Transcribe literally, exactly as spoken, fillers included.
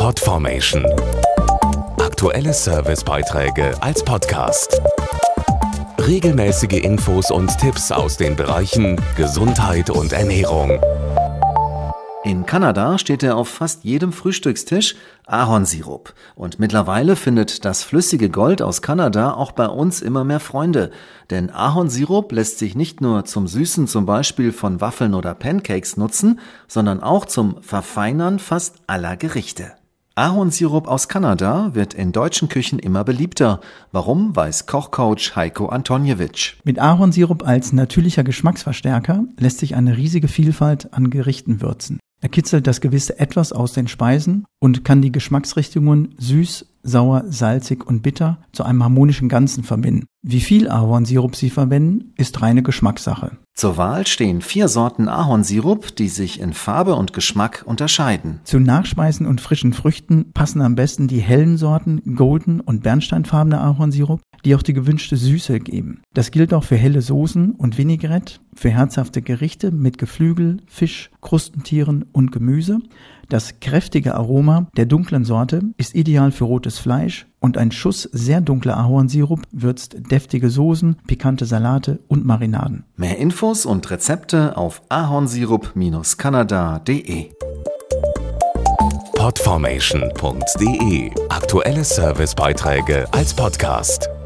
Podformation. Aktuelle Servicebeiträge als Podcast. Regelmäßige Infos und Tipps aus den Bereichen Gesundheit und Ernährung. In Kanada steht er auf fast jedem Frühstückstisch, Ahornsirup. Und mittlerweile findet das flüssige Gold aus Kanada auch bei uns immer mehr Freunde. Denn Ahornsirup lässt sich nicht nur zum Süßen zum Beispiel von Waffeln oder Pancakes nutzen, sondern auch zum Verfeinern fast aller Gerichte. Ahornsirup aus Kanada wird in deutschen Küchen immer beliebter. Warum, weiß Kochcoach Heiko Antonjewitsch. Mit Ahornsirup als natürlicher Geschmacksverstärker lässt sich eine riesige Vielfalt an Gerichten würzen. Er kitzelt das gewisse Etwas aus den Speisen und kann die Geschmacksrichtungen süß, sauer, salzig und bitter zu einem harmonischen Ganzen verbinden. Wie viel Ahornsirup Sie verwenden, ist reine Geschmackssache. Zur Wahl stehen vier Sorten Ahornsirup, die sich in Farbe und Geschmack unterscheiden. Zu Nachspeisen und frischen Früchten passen am besten die hellen Sorten Golden und bernsteinfarbener Ahornsirup, die auch die gewünschte Süße geben. Das gilt auch für helle Soßen und Vinaigrette, für herzhafte Gerichte mit Geflügel, Fisch, Krustentieren und Gemüse. Das kräftige Aroma der dunklen Sorte ist ideal für rotes Fleisch und ein Schuss sehr dunkler Ahornsirup würzt deftige Soßen, pikante Salate und Marinaden. Mehr Infos und Rezepte auf ahornsirup Bindestrich kanada punkt de. Podformation punkt de. Aktuelle Servicebeiträge als Podcast.